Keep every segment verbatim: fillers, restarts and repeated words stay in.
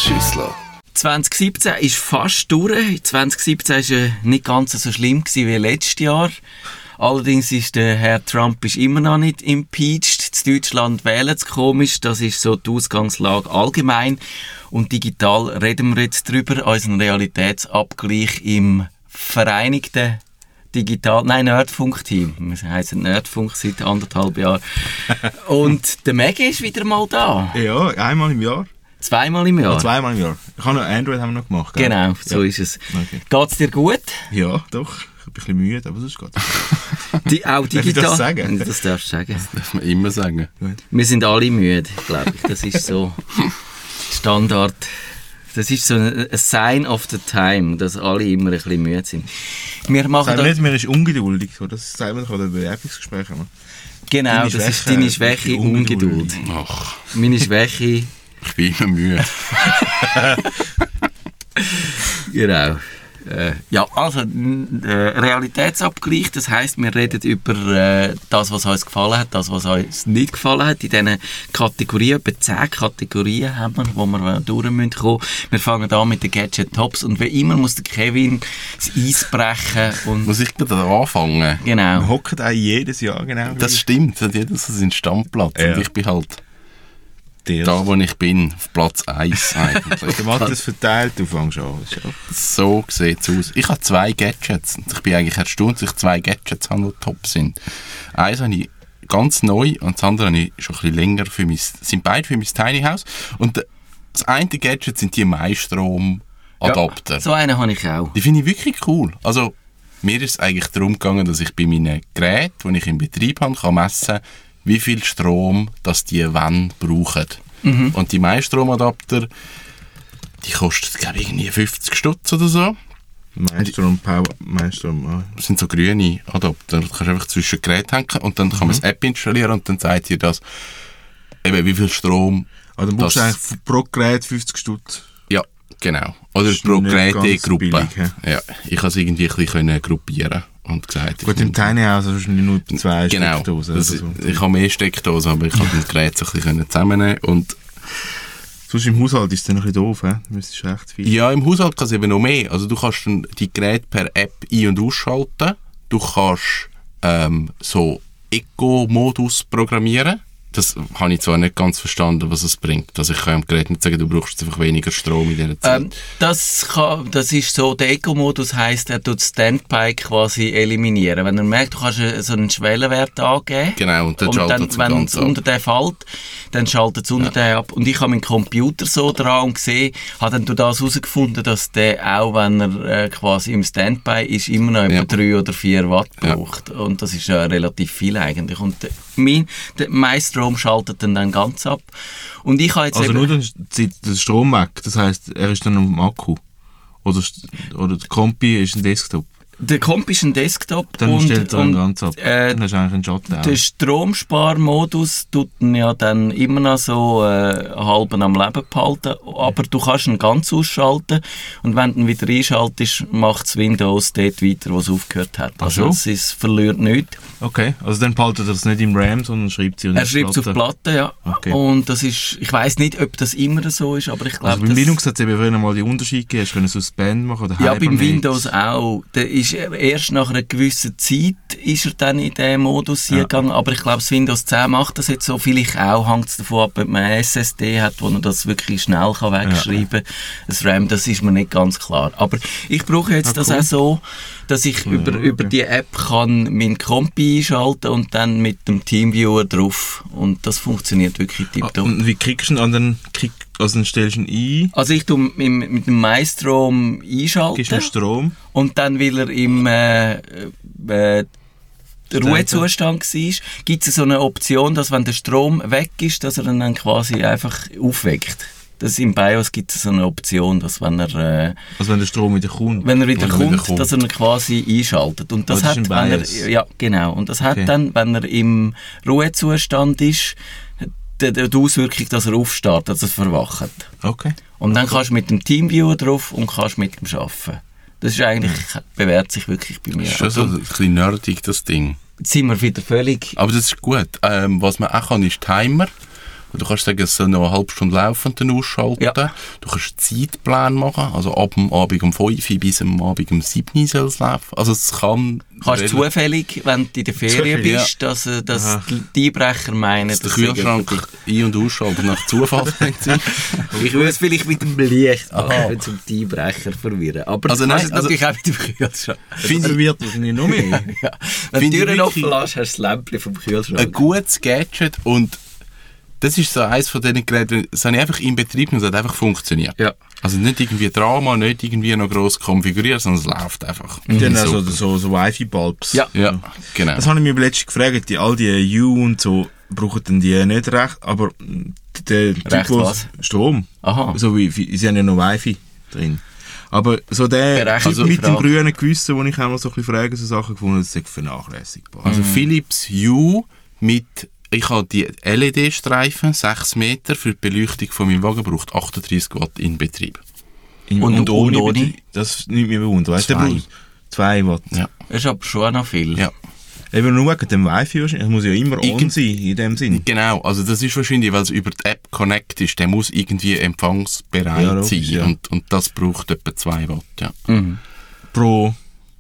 Schüssler. zwanzig siebzehn ist fast durch. zwanzig siebzehn war äh, nicht ganz so schlimm wie letztes Jahr. Allerdings ist der Herr Trump ist immer noch nicht impeached. In Deutschland wählen es komisch. Das ist so die Ausgangslage allgemein. Und digital reden wir jetzt drüber. Unseren Realitätsabgleich im Vereinigten Digital, nein, Nerdfunk-Team. Wir heissen Nerdfunk seit anderthalb Jahren. Und der Maggie ist wieder mal da. Ja, einmal im Jahr. Zweimal im Jahr? Ja, zweimal im Jahr. Ich habe noch Android haben wir noch gemacht. Gell? Genau, so ja. ist es. Okay. Geht's dir gut? Ja, doch. Ich bin ein bisschen müde, aber sonst geht's. Die, auch digital? Darf ich das sagen? Das darfst du sagen. Das darf man immer sagen. Wir sind alle müde, glaube ich. Das ist so Standard. Das ist so ein Sign of the time, dass alle immer ein bisschen müde sind. Wir machen Sag nicht, man ist ungeduldig. Das sagt man doch an den Bewerbungsgesprächen. Genau, deine das Schwäche, ist deine Schwäche, Ungeduld. Ach, Meine Schwäche... ich bin immer müde. Genau. Äh, ja, also äh, Realitätsabgleich, das heisst, wir reden über äh, das, was uns gefallen hat, das, was uns nicht gefallen hat. In diesen Kategorien, etwa zehn Kategorien haben wir, wo wir durch müssen kommen. Wir fangen an mit den Gadget-Tops und wie immer muss der Kevin das Eis brechen. Und Muss ich gerade anfangen? genau. Wir hocken auch jedes Jahr genau. Das stimmt, hat jeder so seinen Stammplatz. Ja. Und ich bin halt Der. da, wo ich bin, auf Platz eins eigentlich. Der Matthias verteilt, du fängst an. So sieht es aus. Ich habe zwei Gadgets. Und ich bin eigentlich erstaunt, dass ich zwei Gadgets habe, die top sind. Eins habe ich ganz neu und das andere habe ich schon ein bisschen länger für mein, sind beide für mein Tiny House. Und das eine Gadget sind die Maistrom-Adapter. Ja, so einen habe ich auch. Die finde ich wirklich cool. Also, mir ist es eigentlich darum gegangen, dass ich bei meinen Geräten, die ich im Betrieb habe, kann messen, wie viel Strom das die wann brauchen. Mhm. Und die Maistromadapter, die kosten, glaube ich, irgendwie fünfzig Stutz oder so. Maistrom, Power, Maistrom. Ah. Das sind so grüne Adapter. Du kannst einfach zwischen Geräten hängen und dann kann man Mhm. das App installieren und dann sagt dir das, eben, wie viel Strom. Also dann brauchst du das- eigentlich pro Gerät fünfzig Stutz. Ja, genau. Oder ist pro nicht Gerät ganz die Gruppe. billig, he? Ja, ich kann es irgendwie ein bisschen gruppieren und gesagt. Gut, im Tiny House hast du nur zwei Genau. Steckdosen. Das, oder so. ich habe mehr Steckdosen, aber ich kann das Gerät so ein bisschen zusammennehmen und Sonst im Haushalt ist es dann ein bisschen doof, he? Du müsstest recht viel. ja, im Haushalt kann es eben noch mehr. Also du kannst dann die Geräte per App ein- und ausschalten. Du kannst ähm, so Eco-Modus programmieren. Das habe ich zwar nicht ganz verstanden, was es bringt. Also ich kann dem Gerät nicht sagen, du brauchst einfach weniger Strom in dieser Zeit. Ähm, das, kann, das ist so, der Eco-Modus heisst, er tut Standby quasi eliminieren. Wenn er merkt, du kannst so einen Schwellenwert angeben. Genau, und dann schaltet es wenn ganz es ab. unter den fällt, dann schaltet es unter Ja. den ab. Und ich habe meinen Computer so dran und gesehen, habe dann durch das herausgefunden, dass der auch, wenn er äh, quasi im Standby ist, immer noch Ja. etwa drei oder vier Watt Ja. braucht. Und das ist ja relativ viel eigentlich. Und der, mein, der MyStrom schaltet dann, dann ganz ab. Und ich habe jetzt Also eben... nur dann zieht der Strom weg. Das heisst, er ist dann am Akku. Oder, oder der Kompi ist ein Desktop. Der Comp ist ein Desktop Dann und, stellt er und dann ganz ab. äh, Dann hast du eigentlich einen Schatten auch. der Stromsparmodus tut ihn ja dann immer noch so äh, halb am Leben behalten, aber du kannst ihn ganz ausschalten und wenn du ihn wieder einschaltest, macht das Windows dort weiter, wo es aufgehört hat. Also Ach es so. ist, verliert nichts. Okay, also dann behaltet er es nicht im RAM, sondern schreibt sie Er schreibt es auf Platte, ja. Okay. Und das ist, ich weiss nicht, ob das immer so ist, aber ich glaube, Also beim Linux hat es eben früher mal die Unterschiede gegeben. Hast du können Suspend machen oder ja, beim Hibernate. Windows auch. Der ist erst nach einer gewissen Zeit ist er dann in diesen Modus Ja. gegangen, aber ich glaube, das Windows zehn macht das jetzt so. Vielleicht auch hängt es davon ab, ob man eine S S D hat, wo man das wirklich schnell kann wegschreiben kann. Das RAM, das ist mir nicht ganz klar. Aber ich brauche jetzt Ah, das cool. auch so, dass ich Ja, über, okay. über die App kann meinen Kompi einschalten und dann mit dem Teamviewer drauf. Und das funktioniert wirklich Ah, tiptop. und wie kriegst du ihn an den Kick, also dann stellst du ihn ein, Also ich tue mit, mit dem MyStrom einschalten. gibst ihm Strom. Und dann, weil er im äh, äh, Ruhezustand war, gibt es so eine Option, dass wenn der Strom weg ist, dass er ihn dann quasi einfach aufweckt. Das im BIOS gibt es so eine Option, dass wenn er, äh, Also wenn der Strom wieder kommt. wenn er wieder, Wenn er kommt, wieder kommt. dass er ihn quasi einschaltet. Und das, Oh, das ist hat, im wenn BIOS. er, ja, genau. Und das hat Okay. dann, wenn er im Ruhezustand ist, die, die Auswirkung, dass er aufstartet, dass er verwacht. Okay. Und dann kannst du mit dem Teamviewer drauf und kannst mit dem arbeiten. Das ist eigentlich, bewährt sich wirklich bei mir. Das ist schon so ein bisschen nerdig, das Ding. Jetzt sind wir wieder völlig... Aber das ist gut. Ähm, was man auch kann, ist Timer. Du kannst sagen, es soll noch eine halbe Stunde laufen und dann ausschalten. Ja. Du kannst Zeitpläne machen, also ab dem Abend um fünf Uhr bis am Abend um sieben Uhr soll es laufen. Also es kann... Kannst du zufällig, wenn du in der Ferien Zufällig, bist, dass, äh, dass die Einbrecher meinen, dass der sie Kühlschrank ein- und ausschalten nach Zufallsprinzip. Ich würde es vielleicht mit dem Licht Aha. machen, zum die Einbrecher verwirren. Aber Also du nein, kannst es also- natürlich auch mit dem Kühlschrank. Finde ich, wird wahrscheinlich noch mehr. Ja. Wenn Finde du ich die Türen offen wirklich- lässt, hast du das Lämpchen vom Ein Kühlschrank. gutes Gadget und das ist so eines von diesen Geräten, das habe ich einfach in Betrieb genommen, das hat einfach funktioniert. Ja. Also nicht irgendwie Drama, nicht irgendwie noch gross konfigurieren, sondern es läuft einfach. Dann So. also so, so Wi-Fi-Bulbs. Ja. Ja, genau. Das habe ich mir letztens gefragt, die, all die U und so, brauchen dann die nicht recht, aber der Typ, Recht wo- was? Strom. Aha. So wie, wie- sie haben ja noch Wi-Fi drin. Aber so der Berechtigte Typ mit dem Frage. grünen Gewissen, wo ich auch noch so ein bisschen frage, so Sachen gefunden, das ist vernachlässigbar. Also Philips Hue mit, ich habe die L E D-Streifen, sechs Meter, für die Beleuchtung von meinem Wagen braucht achtunddreißig Watt in Betrieb. In- Und- und ohne? Betrieb, das nimmt mich bewundern. Weißt du, der Zwei. braucht zwei Watt. Ja. Das ist aber schon noch viel. Ja. Eben nur wegen dem Wi-Fi wahrscheinlich. Es muss ja immer on Irgend- sein, in dem Sinn. Genau, also das ist wahrscheinlich, weil es über die App Connect ist, der muss irgendwie empfangsbereit Ja, logisch, sein ja. und, und das braucht etwa zwei Watt, ja. Mhm. Pro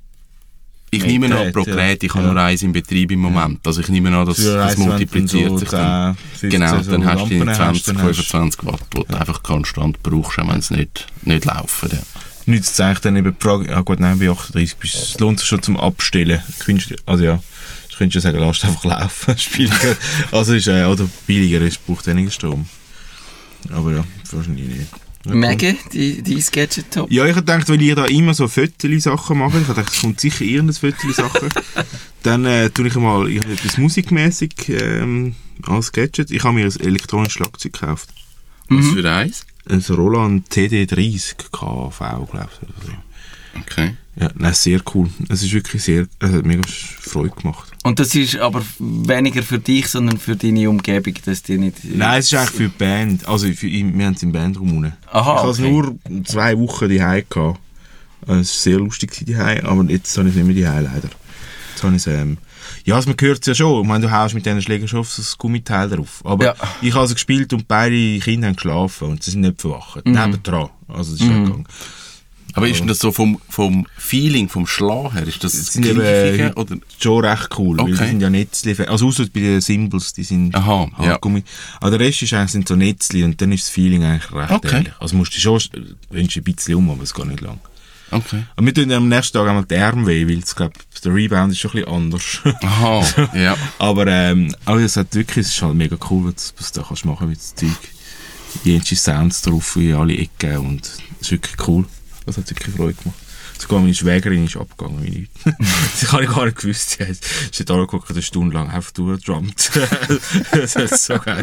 Ich Gerät, nehme an, pro ja. Gerät, ich habe Ja. nur eins im Betrieb im Moment, also ich nehme an, dass für das eins, wenn du multipliziert so sich dann. zehn, fünfzehn Genau, so dann hast du die Lampen hast, zwanzig, dann hast- fünfundzwanzig Watt, die du einfach konstant brauchst, wenn es nicht, nicht laufen. Ja. Nützt es eigentlich dann eben die Frage, ja gut, nein, bei achtunddreißig bist, es lohnt sich schon zum Abstellen. Könntest du- Also ja, du könntest ja sagen, lass es einfach laufen, ist billiger. Also ist, äh, oder billiger, es braucht weniger Strom. Aber ja, wahrscheinlich nicht. Ja, cool. Megan, die, dein Gadget-Top? Ja, ich habe gedacht, weil ihr da immer so Föteli-Sachen macht, ich habe gedacht, es kommt sicher irgendeine Föteli-Sache, dann äh, tue ich mal ich habe etwas musikmäßig ähm, als Gadget. Ich habe mir ein elektronisches Schlagzeug gekauft. Was für eins? Ein Roland T D dreißig K V, glaube ich. Oder so. Okay. Ja, nein, sehr cool. Es ist wirklich sehr, es hat mega Freude gemacht. Und das ist aber weniger für dich, sondern für deine Umgebung, dass die nicht... Nein, es ist eigentlich für die Band. Also für, wir haben es im Bandraum unten. Aha, Ich hatte es okay. nur zwei Wochen daheim gehabt. Es war sehr lustig daheim, aber jetzt habe ich es nicht mehr daheim, leider. Jetzt habe ich es, ähm, ja, also man hört es ja schon. Ich meine, du haust mit diesen Schlägern schon auf so ein Gummiteil drauf. Aber Ja. ich habe also gespielt und beide Kinder haben geschlafen und sie sind nicht verwacht. Mhm. Nebendran. Also das ist ja gegangen. Aber ist denn das so vom, vom Feeling, vom Schlag her, ist das Das das sind eben Gleiche, äh, oder? schon recht cool, weil Okay. die sind ja Netzli, also außer bei den Symbols, die sind Aha, halt ja. Gummi. Aber der Rest ist eigentlich, sind so Netzli und dann ist das Feeling eigentlich recht Okay. ähnlich. Also musst du schon, wünschst du ein bisschen um, aber es geht nicht lang. Okay. Aber wir tun am nächsten Tag einmal die Arme weh, weil es, glaub, der Rebound ist schon ein bisschen anders. Aha, ja. aber, ähm, aber es hat wirklich, es ist halt mega cool, was, was du da kannst machen mit dem Zeug. Jenste Sounds drauf in alle Ecken und es ist wirklich cool. Das hat wirklich Freude gemacht. Sogar meine Schwägerin ist abgegangen, wie nichts. Das habe ich gar nicht gewusst. Sie hat- sie hat angeguckt, eine Stunde lang einfach durchgedrummt. Das ist so geil.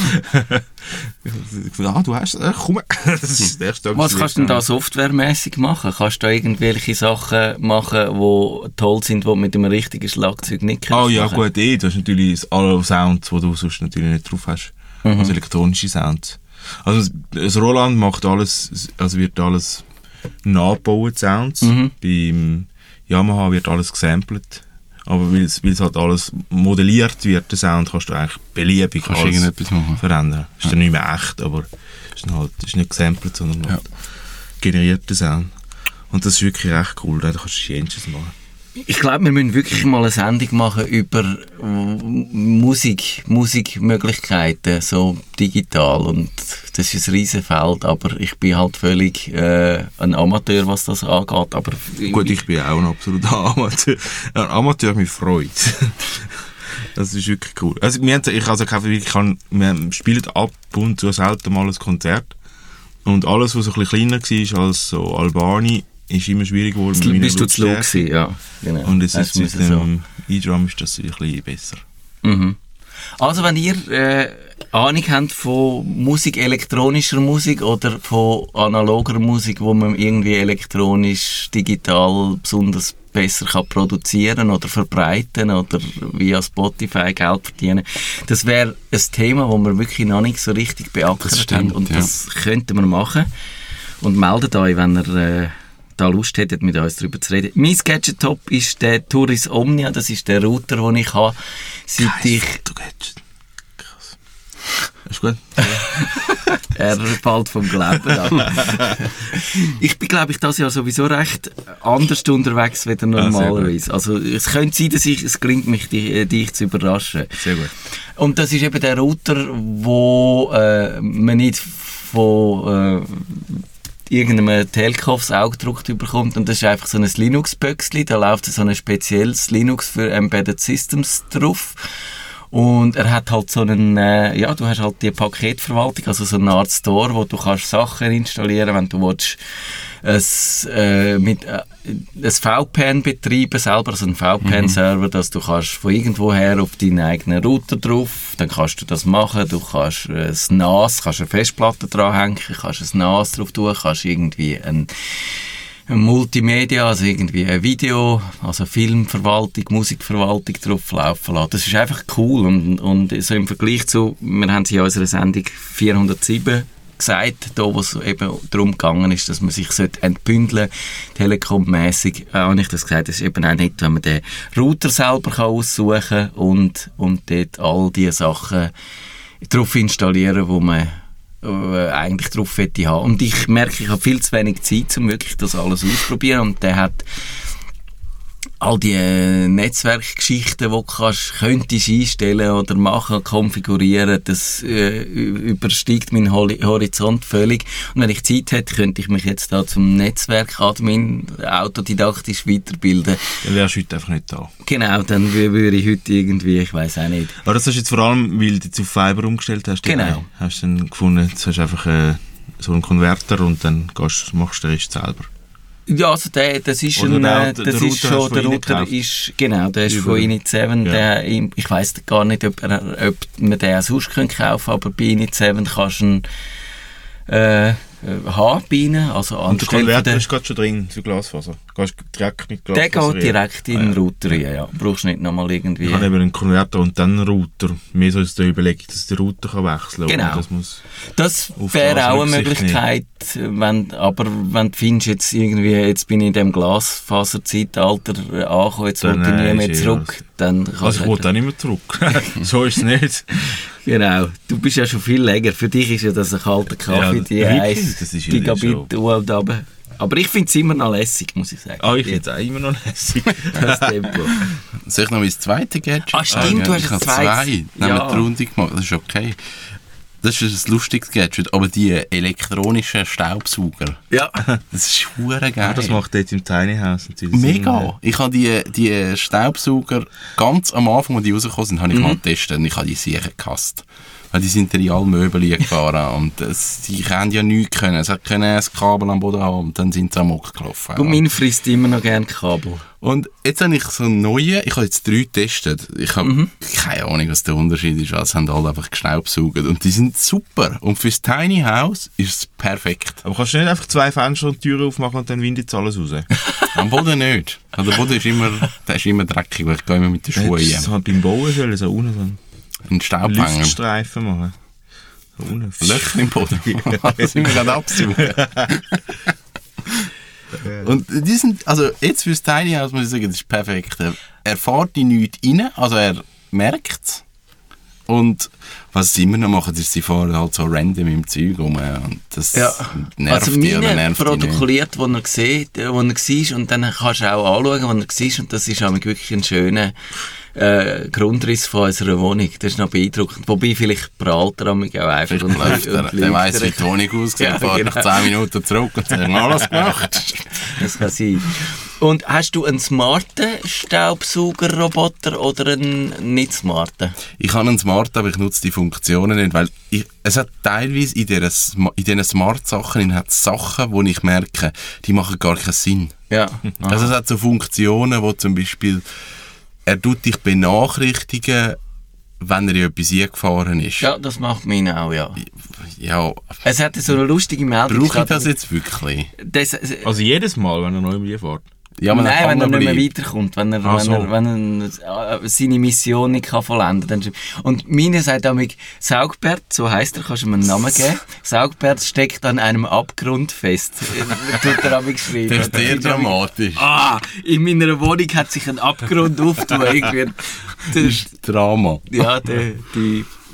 Ich dachte, ah, du hast, äh, komm. Das ist der erste Tag. Was kannst du denn da softwaremäßig machen? Kannst du da irgendwelche Sachen machen, die toll sind, die du mit einem richtigen Schlagzeug nicht kannst Ah ja, machen? gut, eh. Das ist natürlich alle Sounds, die du sonst natürlich nicht drauf hast. Mhm. Also elektronische Sounds. Also das Roland macht alles, also wird alles nachgebaut, Sounds. Mhm. Beim Yamaha wird alles gesampelt. Aber weil es, weil es halt alles modelliert wird, der Sound, kannst du eigentlich beliebig Kannst du alles irgendetwas machen. verändern. Ist dann nicht mehr echt, aber ist dann halt, ist nicht gesampelt, sondern Ja. halt generierter Sound. Und das ist wirklich recht cool, da kannst du Jenses machen. Ich glaube, wir müssen wirklich mal eine Sendung machen über äh, Musik, Musikmöglichkeiten, so digital. Und das ist ein riesen Feld, aber ich bin halt völlig äh, ein Amateur, was das angeht. Aber Gut, ich bin auch ein absoluter Amateur. Ein Amateur mit Freude. Das ist wirklich cool. Also, wir haben, ich also wirklich kann, wir spielen ab und zu selten mal ein Konzert. Und alles, was so ein bisschen kleiner war als so Albani, ist immer schwierig geworden. Jetzt mit meiner bist du zu low Lautstärke. gewesen, ja. Genau. Und jetzt Hast ist du mit müssen dem E-Drum ist das ein bisschen besser. Mhm. Also wenn ihr äh, Ahnung habt von Musik, elektronischer Musik oder von analoger Musik, wo man irgendwie elektronisch, digital besonders besser kann produzieren oder verbreiten oder via Spotify Geld verdienen, das wäre ein Thema, das wir wirklich noch nicht so richtig beackert Das stimmt, haben und ja. das könnten wir machen. Und meldet euch, wenn ihr äh, da Lust hättet, mit uns darüber zu reden. Mein Gadget-Top ist der Touris Omnia, das ist der Router, den ich habe, seit ich... Du gehst. Krass. Ist gut? Er fällt vom Glauben ab. Ich bin, glaube ich, das Jahr sowieso recht anders unterwegs als normalerweise. Also es könnte sein, dass ich, es gelingt mich, dich, dich zu überraschen. Sehr gut. Und das ist eben der Router, wo äh, man nicht von äh, irgendeinem Telco aufs Auge gedruckt bekommt. Und das ist einfach so ein Linux-Böckchen. Da läuft so ein spezielles Linux für Embedded Systems drauf. Und er hat halt so einen, äh, ja, du hast halt die Paketverwaltung, also so eine Art Store, wo du kannst Sachen installieren, wenn du willst, es, äh, mit, äh, ein V P N betreiben selber, also ein V P N-Server, mhm. dass du kannst von irgendwoher auf deinen eigenen Router drauf, dann kannst du das machen, du kannst äh, das N A S, kannst eine Festplatte dranhängen, kannst ein N A S drauf tun, kannst irgendwie ein Multimedia, also irgendwie ein Video, also Filmverwaltung, Musikverwaltung drauf laufen lassen. Das ist einfach cool und, und so im Vergleich zu, wir haben es in unserer Sendung vierhundertsieben gesagt, da wo es eben darum gegangen ist, dass man sich entbündeln sollte, telekommässig, äh, habe ich das gesagt, das ist eben auch nicht, wenn man den Router selber kann aussuchen kann und, und dort all die Sachen drauf installieren, wo man äh, eigentlich drauf hätte haben. Und ich merke, ich habe viel zu wenig Zeit, um wirklich das alles auszuprobieren. Und der hat all die äh, Netzwerkgeschichten, die du kannst, könntest einstellen oder machen, konfigurieren, das äh, übersteigt meinen Horizont völlig. Und wenn ich Zeit hätte, könnte ich mich jetzt da zum Netzwerkadmin autodidaktisch weiterbilden. Dann wärst du heute einfach nicht da. Genau, dann würde ich heute irgendwie, ich weiss auch nicht. Aber das hast du jetzt vor allem, weil du jetzt auf Fiber umgestellt hast. Genau. Hast du dann gefunden, jetzt hast du einfach äh, so einen Konverter und dann gehst, machst du den Rest selber. Ja, also der, das ist Oder ein, der, das der ist schon, der Router ist, genau, der ist von Init sieben, ja. Der, ich weiss gar nicht, ob, er, ob man den auch sonst kaufen kann, aber bei Init sieben kannst du ihn, äh, haben bei ihnen, also und der Konverter ist gerade schon drin für Glasfaser. Gehst direkt mit Glasfaser. Der geht direkt in den Router rein, ja. Brauchst nicht nochmal irgendwie. Ich habe eben einen Konverter und dann einen Router. Mehr so ist der Überlegung, dass der Router kann wechseln kann. Genau. Das, muss das wäre auch eine Möglichkeit, wenn, aber wenn du findest, jetzt irgendwie, jetzt bin ich in dem Glasfaser-Zeitalter angekommen, jetzt will ich nie mehr zurück. Ja. Dann also ich will auch nicht mehr zurück. So ist es nicht. Genau. Du bist ja schon viel länger. Für dich ist ja das ein kalter Kaffee, ja, die eins Gigabit Uhr aber, aber ich finde es immer noch lässig, muss ich sagen. Ah, ich finde es auch immer noch lässig. Das Tempo. Soll ich noch mein zweites Gadget? Ah, stimmt, ah, du hast ich ein zwei. zweites. Dann ja. haben wir die Runde gemacht, das ist okay. Das ist ein lustiges Gadget, aber die elektronischen Staubsauger, ja. das ist verdammt geil. Ja, das macht dort im Tiny House natürlich Mega! Sinn. Ich habe die, die Staubsauger ganz am Anfang, als die rausgekommen sind, habe ich Mhm. mal getestet und ich habe die sicher gehasst. Weil die sind in alle Möbel gefahren und es, die können ja nichts können. Sie können ein Kabel am Boden haben und dann sind sie amok gelaufen. Und mein frisst immer noch gerne Kabel. Und jetzt habe ich so einen neuen, ich habe jetzt drei getestet. Ich habe Mhm. keine Ahnung, was der Unterschied ist. Also haben alle einfach gestaubsaugt. Und die sind super. Und fürs Tiny House ist es perfekt. Aber kannst du nicht einfach zwei Fenster und Türen aufmachen und dann windet es alles raus? Am Boden nicht. Also der Boden ist immer, der ist immer dreckig, weil ich gehe immer mit den Schuhen Das rein. hat beim Bauen sollen so unten so einen Ein Staubhänger. Luftstreifen machen. So unten. Löcher im Boden. Das sind wir gerade absuchen. Und die sind, also jetzt fürs Tiny House muss ich sagen, das ist perfekt. Er fährt die nichts rein, also er merkt es. Und was sie immer noch machen, ist, sie fahren halt so random im Zeug rum. Und das Ja. nervt Also die oder meine nervt die nicht. protokolliert, wo er sieht, äh, wo er war, und dann kannst du auch anschauen, wo er war, und das ist auch wirklich ein schöner äh, Grundriss von unserer Wohnung. Das ist noch beeindruckend. Wobei vielleicht prahlt er auch einfach und läuft er. Der weiss, wie die Wohnung aussieht, Ja, fährt genau. nach zehn Minuten zurück und sagt, alles gemacht. Das kann sein. Und hast du einen smarten Staubsaugerroboter oder einen nicht smarten? Ich habe einen Smart, aber ich nutze die Funktionen nicht, weil ich, es hat teilweise in diesen, Sma- in diesen Smart-Sachen hat Sachen, wo ich merke, die machen gar keinen Sinn. Ja. Also es hat so Funktionen, wo zum Beispiel er tut dich benachrichtigen, wenn er in etwas eingefahren ist. Ja, das macht meine auch, ja. Ja, Es hat so eine lustige Meldung. brauche ich das jetzt wirklich? Das, Also jedes Mal, wenn er neu im fährt? Ja, man Nein, kann wenn er aber nicht mehr nicht. weiterkommt, wenn er, Ach wenn so. er, wenn er äh, seine Mission nicht kann vollenden kann. Und meine sagt damit, Saugbert, so heisst er, kannst du ihm einen Namen geben, Saugbert steckt an einem Abgrund fest. Tut er damit geschrieben. Das ist sehr dramatisch. Ah, in meiner Wohnung hat sich ein Abgrund aufgetan. Irgendwie. Das ist Drama. Ja, die, die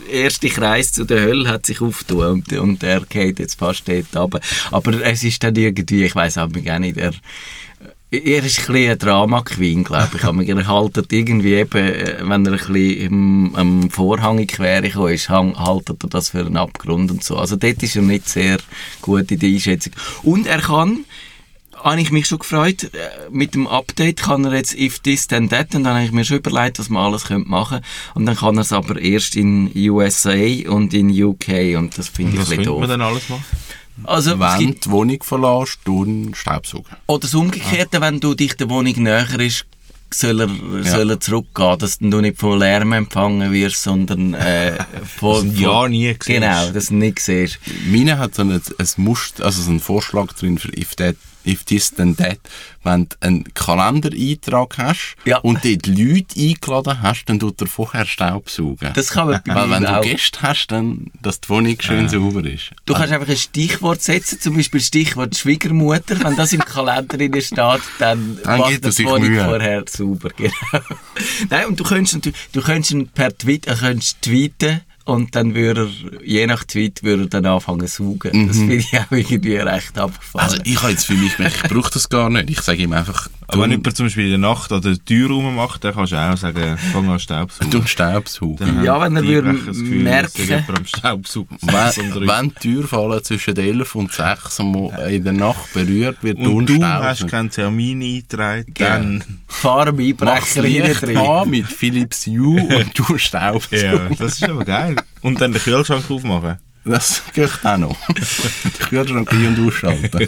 erste Kreis zu der Hölle hat sich aufgetan und, und er geht jetzt fast dort runter. Aber es ist dann irgendwie, ich weiss auch nicht, er, er ist ein bisschen ein Drama-Queen, glaube ich. Aber er haltet irgendwie eben, wenn er ein bisschen am Vorhang in die Quere gekommen ist, haltet er das für einen Abgrund und so. Also dort ist er nicht sehr gut in der Einschätzung. Und er kann, habe ich mich schon gefreut, mit dem Update kann er jetzt if this then that, und dann habe ich mir schon überlegt, was man alles machen könnte. Und dann kann er es aber erst in U S A und in U K, und das finde ich ein bisschen doof. Was könnte man dann alles machen? Also, wenn du die Wohnung verlässt, dann Staubsaugen. Oder das Umgekehrte, ah. wenn du dich der Wohnung näher ist, soll er, ja. soll er zurückgehen, dass du nicht von Lärm empfangen wirst, sondern äh, von... Das ja nie siehst. Genau, dass du nicht siehst. Meine hat so ein, ein Muster, also so einen Vorschlag drin für if, that, if this then that. Wenn du einen Kalendereintrag hast ja. und dort Leute eingeladen hast, dann tut er vorher Staubsaugen. Das kann man bei Weil wenn auch. du Gäste hast, dann, dass die Wohnung schön ja. sauber ist. Du kannst einfach ein Stichwort setzen, zum Beispiel Stichwort Schwiegermutter. Wenn das im Kalender drin steht, dann, dann macht die Wohnung Mühe. Vorher sauber. Genau. Nein, und du könntest natürlich, du könntest ihn per Tweet, äh, könntest tweeten, und dann würde er, je nach Tweet, würde er dann anfangen zu saugen. Mhm. Das finde ich auch irgendwie recht abgefahren. Also ich habe jetzt für mich gemerkt, ich brauche das gar nicht. Ich sage ihm einfach... Aber wenn jemand zum Beispiel in der Nacht an der Tür rummacht, dann kannst du auch sagen, fang an Staubsaugen. Du Staubsaugen. Ja, wenn er würde merken... Am Staubsaugen. Wenn, wenn die Türfallen zwischen elf und sechs in der Nacht berührt wird, und du hast keinen Termin eingetragen, dann... Fahr am Einbrecher rein. Mit Philips Hue und du Staubsaugen. Ja, das ist aber geil. Und dann den Kühlschrank aufmachen. Das geht auch noch. Den Kühlschrank ein- und ausschalten.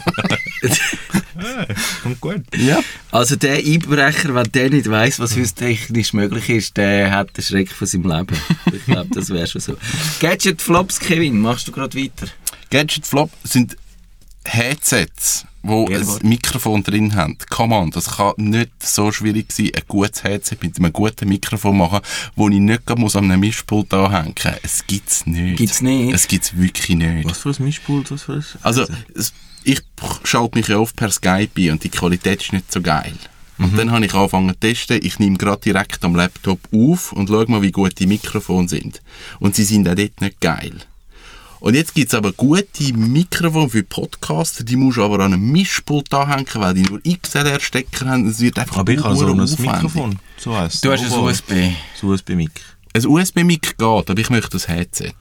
Ja, kommt gut. Ja. Also der Einbrecher, wenn der nicht weiss, was heute technisch möglich ist, der hat den Schreck von seinem Leben. Ich glaube, das wäre schon so. Gadget-Flops, Kevin, machst du gerade weiter? Gadget-Flops sind Headsets, wo ja, ein Mikrofon drin haben. Come on, das kann nicht so schwierig sein, ein gutes Headset mit einem guten Mikrofon machen, wo ich nicht muss an einem Mischpult anhängen muss. Es gibt's nicht. Gibt's nicht? Es gibt's wirklich nicht. Was für ein Mischpult? Was für ein also, es, ich schalte mich ja oft per Skype ein und die Qualität ist nicht so geil. Und mhm. dann habe ich angefangen zu testen. Ich nehme gerade direkt am Laptop auf und schaue mal, wie gut die Mikrofone sind. Und sie sind auch dort nicht geil. Und jetzt gibt es aber gute Mikrofone für Podcaster, die musst du aber an einem Mischpult anhängen, weil die nur X L R-Stecker haben. Es wird einfach aber ich habe so ein Mikrofon. So heisst du hast ein U S B. Ein U S B-Mic. Ein U S B-Mic geht, aber ich möchte das Headset.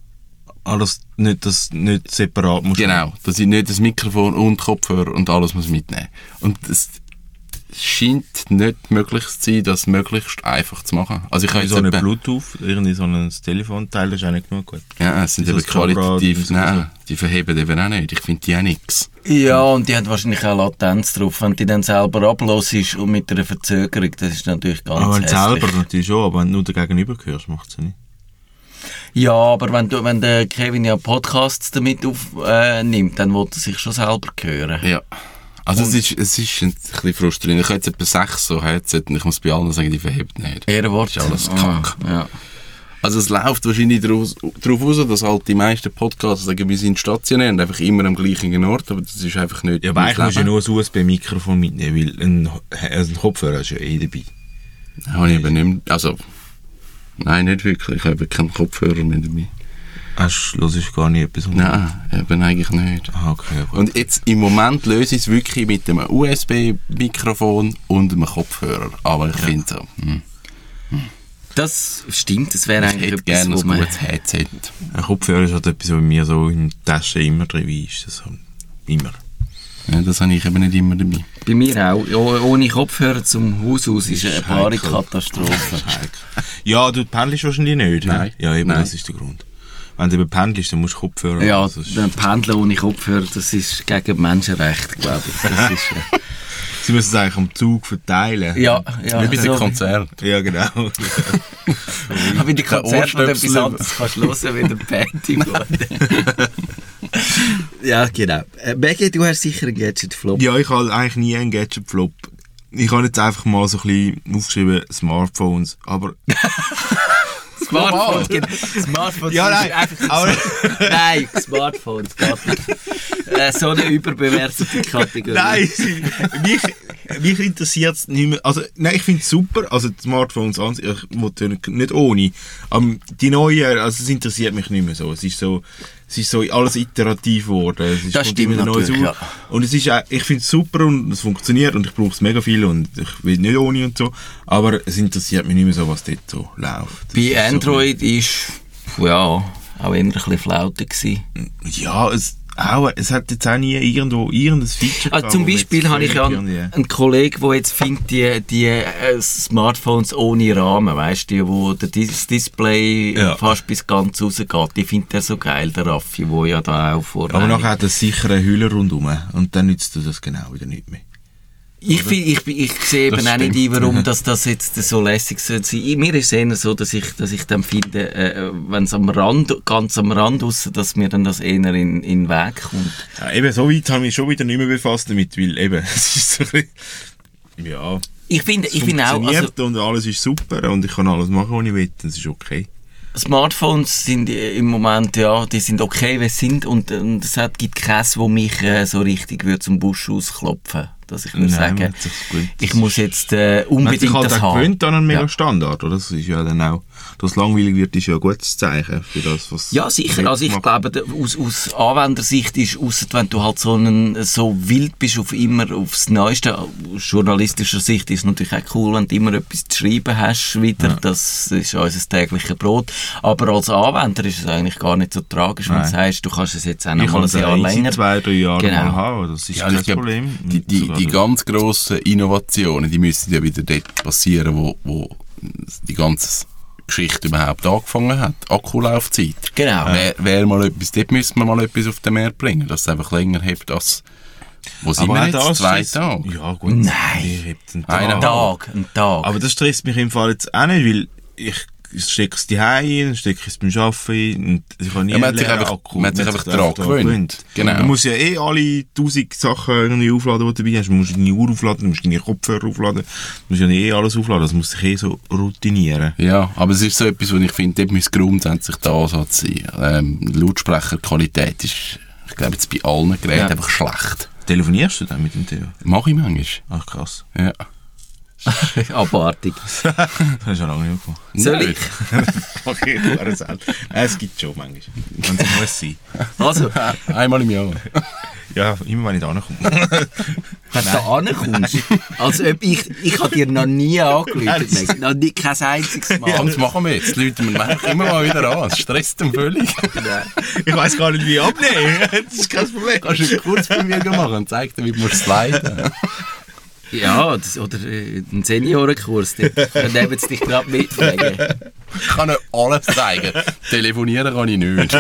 Alles nicht, das nicht separat muss. Genau, dass ich nicht das Mikrofon und Kopfhörer und alles muss mitnehmen. Und es scheint nicht möglich zu sein, das möglichst einfach zu machen. Also ich habe so eine Bluetooth, irgendwie so ein Telefonteil, das ist auch nicht genug gut. Ja, es sind eben qualitativ, nein, die verheben eben auch nicht. Ich finde die auch nichts. Ja, und die haben wahrscheinlich auch Latenz drauf. Wenn die dann selber ablöst und mit einer Verzögerung, das ist natürlich ganz aber hässlich. Aber selber natürlich schon, aber wenn du nur dagegenüber hörst, macht es ja nicht. Ja, aber wenn, du, wenn der Kevin ja Podcasts damit aufnimmt, äh, dann will er sich schon selber hören. Ja. Also es ist, es ist ein bisschen frustrierend. Ich habe jetzt etwa sechs so Headset und ich muss bei allen sagen, die verhebt nicht. Ehrenwort. Das ist alles Kack. Ah, ja. Also es läuft wahrscheinlich darauf raus, dass halt die meisten Podcasts sagen, wir sind stationär und einfach immer am gleichen Ort, aber das ist einfach nicht... Ja, aber eigentlich musst du ja nur ein U S B-Mikrofon mitnehmen, weil ein, ein Kopfhörer ist ja eh dabei. Ja, habe ich eben nicht mehr, also... Nein, nicht wirklich. Ich habe keinen Kopfhörer mehr dabei. Hast du hörst gar nicht etwas? Nein, eben eigentlich nicht. Ah, okay, gut. Und jetzt im Moment löse ich es wirklich mit einem U S B-Mikrofon und einem Kopfhörer. Aber ich ja. finde so... Hm. Hm. Das stimmt, das wäre eigentlich etwas, gerne ein gutes Headset. Ein Kopfhörer ist halt etwas, was bei mir so in der Tasche immer drin ist. Das immer. Ja, das habe ich eben nicht immer dabei. Bei mir auch. Ohne Kopfhörer zum Haus aus ist eine wahre Katastrophe. Ja, du pendelst wahrscheinlich nicht. Nein. Ja, eben, Nein. Das ist der Grund. Wenn du eben pendelst, dann musst du Kopfhörer ja, haben. Ja, pendeln ohne Kopfhörer, das ist gegen Menschenrechte, glaube ich. Das ist, äh Sie müssen es eigentlich am Zug verteilen. Ja, ja. Wie bei den so Konzerten. Ja, genau. Aber bei den Konzerten, wo du etwas anderes kannst hören, wie der Panty. Ja, genau. Äh, Maggie, du hast sicher einen Gadget-Flop. Ja, ich habe eigentlich nie einen Gadget-Flop. Ich habe jetzt einfach mal so ein bisschen aufgeschrieben, Smartphones, aber... Smartphones, genau. Smartphones ja, nein, einfach aber nein, Smartphones, geht nicht. Äh, so eine überbewertete Kategorie. Nein, mich, mich interessiert es nicht mehr. Also, nein, ich finde es super. Also, die Smartphones an sich, ich will nicht ohne. Aber die neuen, also, es interessiert mich nicht mehr so. Es ist so, es ist so alles iterativ geworden. Es ist Das stimmt natürlich, ja. Und es ist auch, ich finde es super und es funktioniert und ich brauche es mega viel und ich will nicht ohne und so. Aber es interessiert mich nicht mehr so, was dort so läuft. Das Bei ist Android so ist, ja, auch immer ein bisschen Flaute gewesen. Ja, es, auch, es hat jetzt auch nie irgendwo irgendein Feature Also zum Beispiel habe ich ja einen, einen Kollegen, der jetzt findet, die, die äh, Smartphones ohne Rahmen, weißt du, wo der, das Display Ja. fast bis ganz rausgeht, die findet er so geil, der Raffi, der ja da auch vorher... Aber nachher hat er sicher eine Hülle rundherum und dann nützt du das genau wieder nicht mehr. Ich, find, ich, ich sehe eben Das auch nicht stimmt. ein, warum dass das jetzt so lässig sein soll. Mir ist es eher so, dass ich, dass ich dann finde, äh, wenn es am Rand, ganz am Rand raus, dass mir dann das eher in, in den Weg kommt. Ja, eben, so weit habe ich mich schon wieder nicht mehr befasst damit, weil eben, es ist so ein bisschen, ja, Ich finde, es ich finde auch, also, funktioniert und alles ist super und ich kann alles machen, was ich will, das ist okay. Smartphones sind äh, im Moment, ja, die sind okay, wie sie sind, und, und es hat, gibt keins, wo mich äh, so richtig würde zum Busch ausklopfen, dass ich würde Nein, man sagen, hat sich's gewöhnt. ich muss jetzt äh, Man hat unbedingt sich halt das auch haben. gewöhnt an einen mega Ja. Standard, oder? Das ist ja dann auch, dass es langweilig wird, ist ja ein gutes Zeichen für das, was... Ja, sicher. Also ich macht. glaube, da- aus, aus Anwendersicht ist, ausser wenn du halt so, einen, so wild bist auf immer aufs Neueste, aus journalistischer Sicht ist es natürlich auch cool, wenn du immer etwas zu schreiben hast wieder. Ja. Das ist unser tägliches Brot. Aber als Anwender ist es eigentlich gar nicht so tragisch, wenn Nein. du sagst, du kannst es jetzt auch noch Ich mal kann ein es Jahr easy länger. zwei, drei Jahre Genau. mal haben, das ist Ja, kein ich glaub, Problem. Die, die, Sogar die das- ganz grossen Innovationen, die müssen ja wieder dort passieren, wo, wo die ganze Geschichte überhaupt angefangen hat. Akkulaufzeit. Genau. Wäre wär mal etwas, dort müssen wir mal etwas auf den Markt bringen, dass es einfach länger hebt als, wo sind Aber wir auch jetzt? das Zwei ist- Tage? Ja, gut. Nein. Ihr habt einen Einer Ein Tag. Tag, ein Tag. Aber das stresst mich im Fall jetzt auch nicht, weil ich stecke es daheim ein, dann stecke ich es beim Arbeiten und ich habe nie Ja, man hat einen sich leeren einfach- Akku. man hat sich einfach daran daran gewöhnt. Genau. Du musst ja eh alle tausend Sachen irgendwie aufladen, die du dabei hast. Du musst deine Uhr aufladen, du musst deine Kopfhörer aufladen, du musst ja eh alles aufladen. Das muss sich eh so routinieren. Ja, aber es ist so etwas, wo ich finde, dort müsste grundsätzlich der Ansatz sein. Ähm, die Lautsprecherqualität ist, ich glaube, jetzt bei allen Geräten Ja. einfach schlecht. Telefonierst du dann mit dem Theo? Mache ich manchmal. Ach krass. Ja. Abartig. Das hast du ja lange nicht gemacht. Soll Nein. ich? Okay, du erzählt. Es gibt schon manchmal. Wenn es muss sein. Also, Einmal im Jahr. Ja, immer wenn ich da ankomme. wenn du da ankommst, als ob ich, ich habe dir noch nie angerufen, noch nie, kein einziges Mal. Ja, das machen wir jetzt. Die Leute wir einfach immer mal wieder an. Es stresst ihn völlig. Ich weiss gar nicht, wie abnehmen. Das ist kein Problem. Kannst du einen Kurs bei mir machen und zeig dir, wie man es leiten. Ja, das, oder äh, einen Seniorenkurs, dann nehmen sie dich gerade mitfragen. Ich kann nicht alles zeigen. Telefonieren kann ich nicht.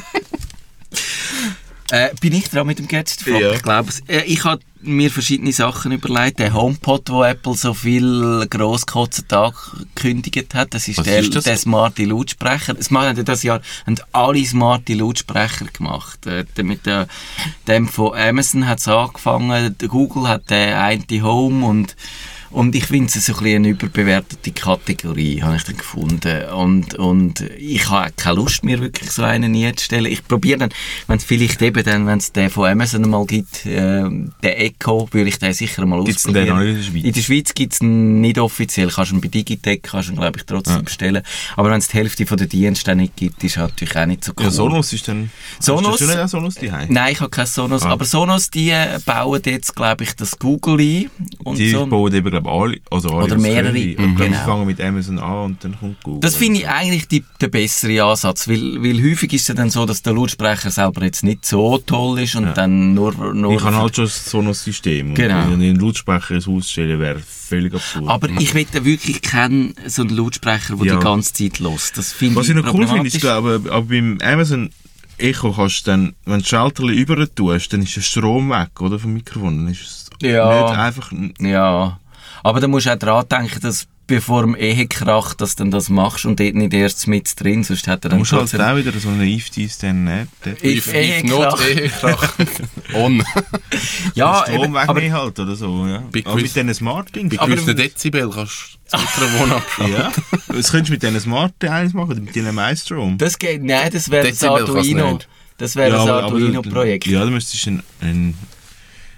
Äh, bin ich dran mit dem Gadget? Ja. Ich glaube es. Äh, ich habe mir verschiedene Sachen überlegt. Der HomePod, wo Apple so viel grosskotzen angekündigt hat, das ist Was der, ist das? der smarte Lautsprecher. Es machen das Jahr haben alle smarte Lautsprecher gemacht. Äh, der- mit der, dem von Amazon hat es angefangen, der Google hat den einen Home und Und ich finde es so ein bisschen eine überbewertete Kategorie, habe ich dann gefunden. Und, und ich habe keine Lust mehr, wirklich so einen einzustellen. Ich probiere dann, wenn es vielleicht eben dann, wenn es den von Amazon mal gibt, äh, den Echo, würde ich den sicher mal Gibt's denn den ausprobieren. noch in der Schweiz? In der Schweiz gibt es ihn nicht offiziell. Kannst du ihn bei Digitec, kannst du ihn, glaube ich, trotzdem Ja. bestellen. Aber wenn es die Hälfte von der Dienste nicht gibt, ist es natürlich auch nicht so cool. Ja, Sonos ist dann... Sonos- Hast du nicht auch Sonos daheim? Nein, ich habe kein Sonos. Ah. Aber Sonos, die bauen jetzt, glaube ich, das Google ein. Und Die so. bauen eben, glaube ich, alle. Also alle Oder was mehrere. können die. Mhm. Ich glaube, Genau. sie fangen mit Amazon an und dann kommt Google. Das finde ich eigentlich die, der bessere Ansatz, weil, weil häufig ist es ja dann so, dass der Lautsprecher selber jetzt nicht so toll ist und Ja. dann nur... nur Ich habe halt schon das Sonos-System. Genau. Und wenn ich einen Lautsprecher ins Haus stelle, wäre völlig absurd. aber ich will wirklich keinen so einen Lautsprecher, der Ja. die ganze Zeit lässt. Das finde Was ich ich noch cool finde, ist, problematisch. glaube aber beim Amazon Echo kannst du dann, wenn du das Schalterchen über tust, dann ist der Strom weg, oder? Vom Mikrofon. Dann ist es Ja. nicht einfach... Ja, aber da musst du auch dran denken, dass bevor im Ehekrach, dass du dann das machst und dort nicht erst mit drin, sonst hat er Du dann musst halt trotzdem- auch wieder so einen If-Dies dann nehmen. If- If Ehekrach. not Ehekrach. On. Ja, Strom eben, aber wegnehmen halt, oder so, ja. Bei Aber mit gewiss- diesen Smart-Dings. Bei gewissen Dezibel kannst du das Mikrofon abschalten. Ja. Das könntest du mit diesen Smart-Eins machen, mit diesen MyStrom. das geht, nein, das wäre das Dezibel kann's Arduino. nicht. Das wäre das aber- aber du- Arduino-Projekt. Ja, du müsstest ein, ein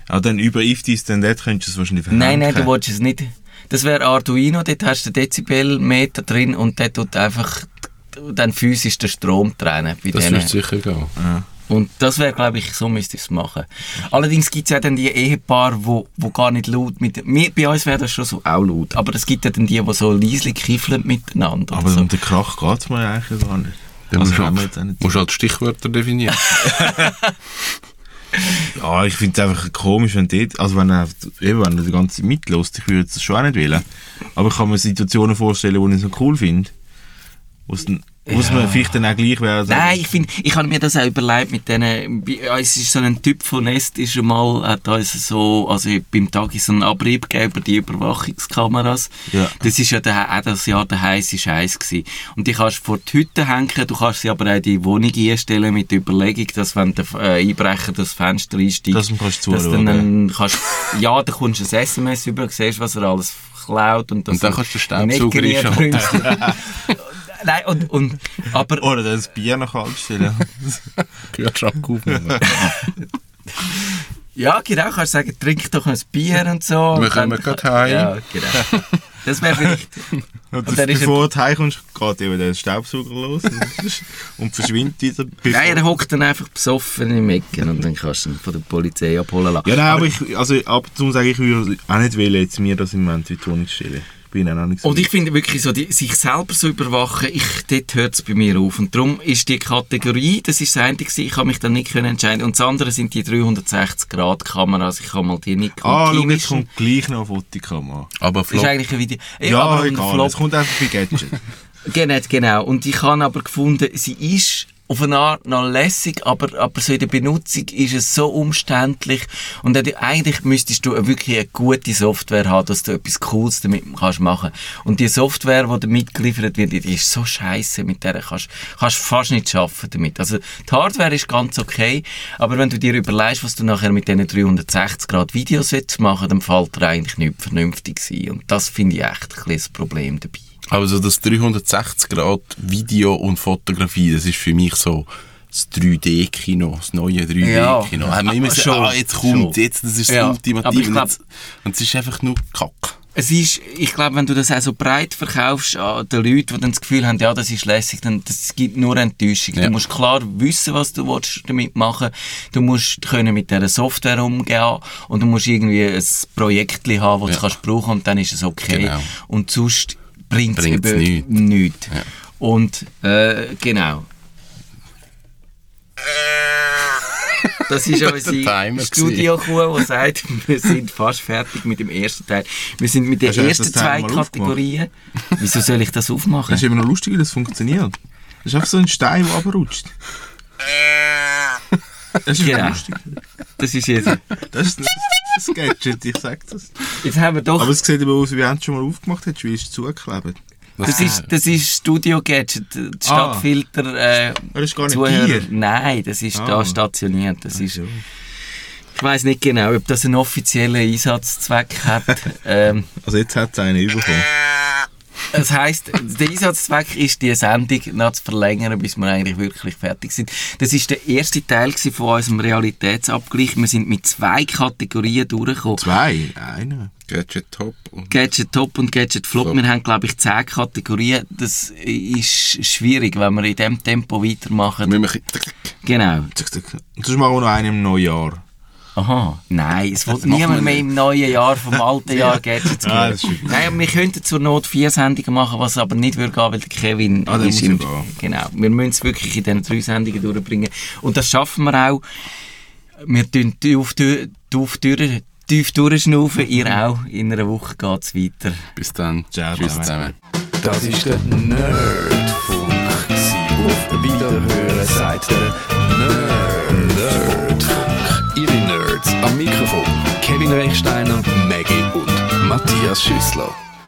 Aber dann über If This Then That könntest du es wahrscheinlich verhängen. Nein, nein, du willst es nicht. Das wäre Arduino, dort hast du den Dezibelmeter drin und der tut einfach dann physisch den Strom trennen. Bei Das denen. würde sicher gehen. Ja. Und das wäre, glaube ich, so müsste ich es machen. Allerdings gibt es ja dann die Ehepaare, wo, wo gar nicht laut mit... Wir, bei uns wäre das schon so auch laut, aber es gibt ja dann die, die so leislich kiffeln miteinander. Aber so. um den Krach geht es mir eigentlich gar nicht. Dann Also musst, haben wir du, jetzt auch nicht musst du halt Stichwörter definieren. Ja, ich finde es einfach komisch, wenn dort, also wenn er, eben, wenn er die ganze Zeit mitlässt, ich würde das schon auch nicht wählen. Aber ich kann mir Situationen vorstellen, die ich so cool finde. Wo es dann- wo es mir vielleicht dann auch gleich wäre. also- Nein, ich finde, ich habe mir das auch überlegt mit denen, bei uns ist so ein Typ von Nest, ist schon mal, hat uns so, also beim Tag ist so ein Abrieb gegeben über die Überwachungskameras. Ja. Das ist ja der, auch das Jahr der heisse Scheiß gewesen. Und die kannst du vor die Hütte hängen, du kannst sie aber auch in die Wohnung einstellen mit der Überlegung, dass wenn der äh, Einbrecher das Fenster einsteigt, Dass du kannst dass zuschauen. dann, dann kannst, ja, dann kommst du ein S M S über, siehst, was er alles klaut und, das Und dann kannst du den Staubsauger Neckerli einschalten. erbrünst. Nein, und, und, aber, Oder das Bier noch kalt stellen. Kühlschrank aufmachen. ja, genau, kannst du sagen, trink doch ein Bier und so. Wir Und dann- kommen gerade heim. Ja, genau. Das wäre vielleicht... Und, Und dann ist bevor du heimkommst, geht eben der Staubsauger los und, und verschwindet wieder. Nein, er hockt dann einfach besoffen im Ecken und dann kannst du ihn von der Polizei abholen lassen. Ja, nein, aber ich, also ab und zu sage ich, ich würde auch nicht wählen, jetzt mir das im Moment in die Wohnung stellen. Ich bin auch nicht so. Und ich finde wirklich so, die, sich selber so überwachen, ich, dort hört es bei mir auf. Und darum ist die Kategorie, das ist das eine gewesen, ich habe mich dann nicht können entscheiden. Und das andere sind die dreihundertsechzig Grad Kameras. Ich habe mal die nicht ah, schau, Key jetzt Vision. kommt gleich noch eine Fotokamera. Aber Das ist Flop. eigentlich ein Video. Ja, aber ein egal, Flop. es kommt einfach bei Gadget. Genau, genau. Und ich habe aber gefunden, sie ist auf eine Art noch lässig, aber, aber so in der Benutzung ist es so umständlich. Und dann, eigentlich müsstest du wirklich eine gute Software haben, dass du etwas Cooles damit kannst machen. Und die Software, die damit geliefert wird, die ist so scheiße, mit der kannst kannst fast nicht arbeiten damit. Also die Hardware ist ganz okay, aber wenn du dir überlegst, was du nachher mit diesen dreihundertsechzig Grad Videos jetzt machen, dann fällt dir eigentlich nichts vernünftig sein. Und das finde ich echt ein bisschen das Problem dabei. Also das dreihundertsechzig Grad Video und Fotografie, das ist für mich so das drei D Kino, das neue drei D Kino. Ja. Haben wir immer gesagt, Schon, ah, jetzt kommt, schon. jetzt, das ist das Ja, aber Ultimative. ich Und, glaub- jetzt- und es ist einfach nur Kack. Es ist, ich glaube, wenn du das auch so breit verkaufst an den Leuten, die dann das Gefühl haben, ja, das ist lässig, dann das gibt nur Enttäuschung. Ja. Du musst klar wissen, was du willst damit machen. Du musst können mit dieser Software umgehen und du musst irgendwie ein Projekt haben, das Ja. du kannst brauchen und dann ist es okay. Genau. Und sonst bringt es Bringt's eben nichts. nichts. Ja. Und, äh, genau. Das ist Der unsere Timer Studiokuh, die sagt, wir sind fast fertig mit dem ersten Teil. Wir sind mit den Hast du ersten das Teil zwei mal aufgemacht? Kategorien. Wieso soll ich das aufmachen? Das ist immer noch lustig, wie das funktioniert. Das ist einfach so ein Stein, der runterrutscht. Das ist Genau. immer lustig. Das ist jetzt. Das ist das Gadget, ich sag das. Jetzt haben wir doch. Aber es sieht aber aus, wie wenn du es schon mal aufgemacht hast, wie ist es zugeklebt. Das ist, das ist Studio Gadget. Die Stadtfilter, äh, Das ist gar nicht Zuhörer. Tier. Nein, das ist Ah. da stationiert. Das ist, so. ich weiss nicht genau, ob das einen offiziellen Einsatzzweck hat. ähm, Also jetzt hat es einen bekommen. Das heisst, der Einsatzzweck ist, die Sendung noch zu verlängern, bis wir eigentlich wirklich fertig sind. Das war der erste Teil von unserem Realitätsabgleich. Wir sind mit zwei Kategorien durchgekommen. Zwei? Eine. Gadget Top. Und Gadget Top und Gadget Flop. Flop. Wir haben, glaube ich, zehn Kategorien. Das ist schwierig, wenn wir in diesem Tempo weitermachen. müssen wir ein bisschen- Genau. Zack, zack. Und sonst machen wir noch einen im Neujahr. Aha. Nein, es will machen wir niemand mehr nicht. im neuen Jahr vom alten Jahr Gadgets Ah, hören. das ist schön. Nein, aber wir könnten zur Not vier Sendungen machen, was aber nicht würde gehen, weil der Kevin Ah, der ist muss im... ja gehen. Genau. Wir müssen es wirklich in diesen drei Sendungen durchbringen. Und das schaffen wir auch. Wir tun tief, tief, tief, tief durchschnaufen. Ihr auch. In einer Woche geht es weiter. Bis dann. Ciao Tschüss zusammen. zusammen. Das ist der Nerdfunk. Auf Wiederhören sagt der Nerd. Nerdfunk. Ihre Nerds am Mikrofon. Kevin Rechsteiner, Maggie und Matthias Schüssler.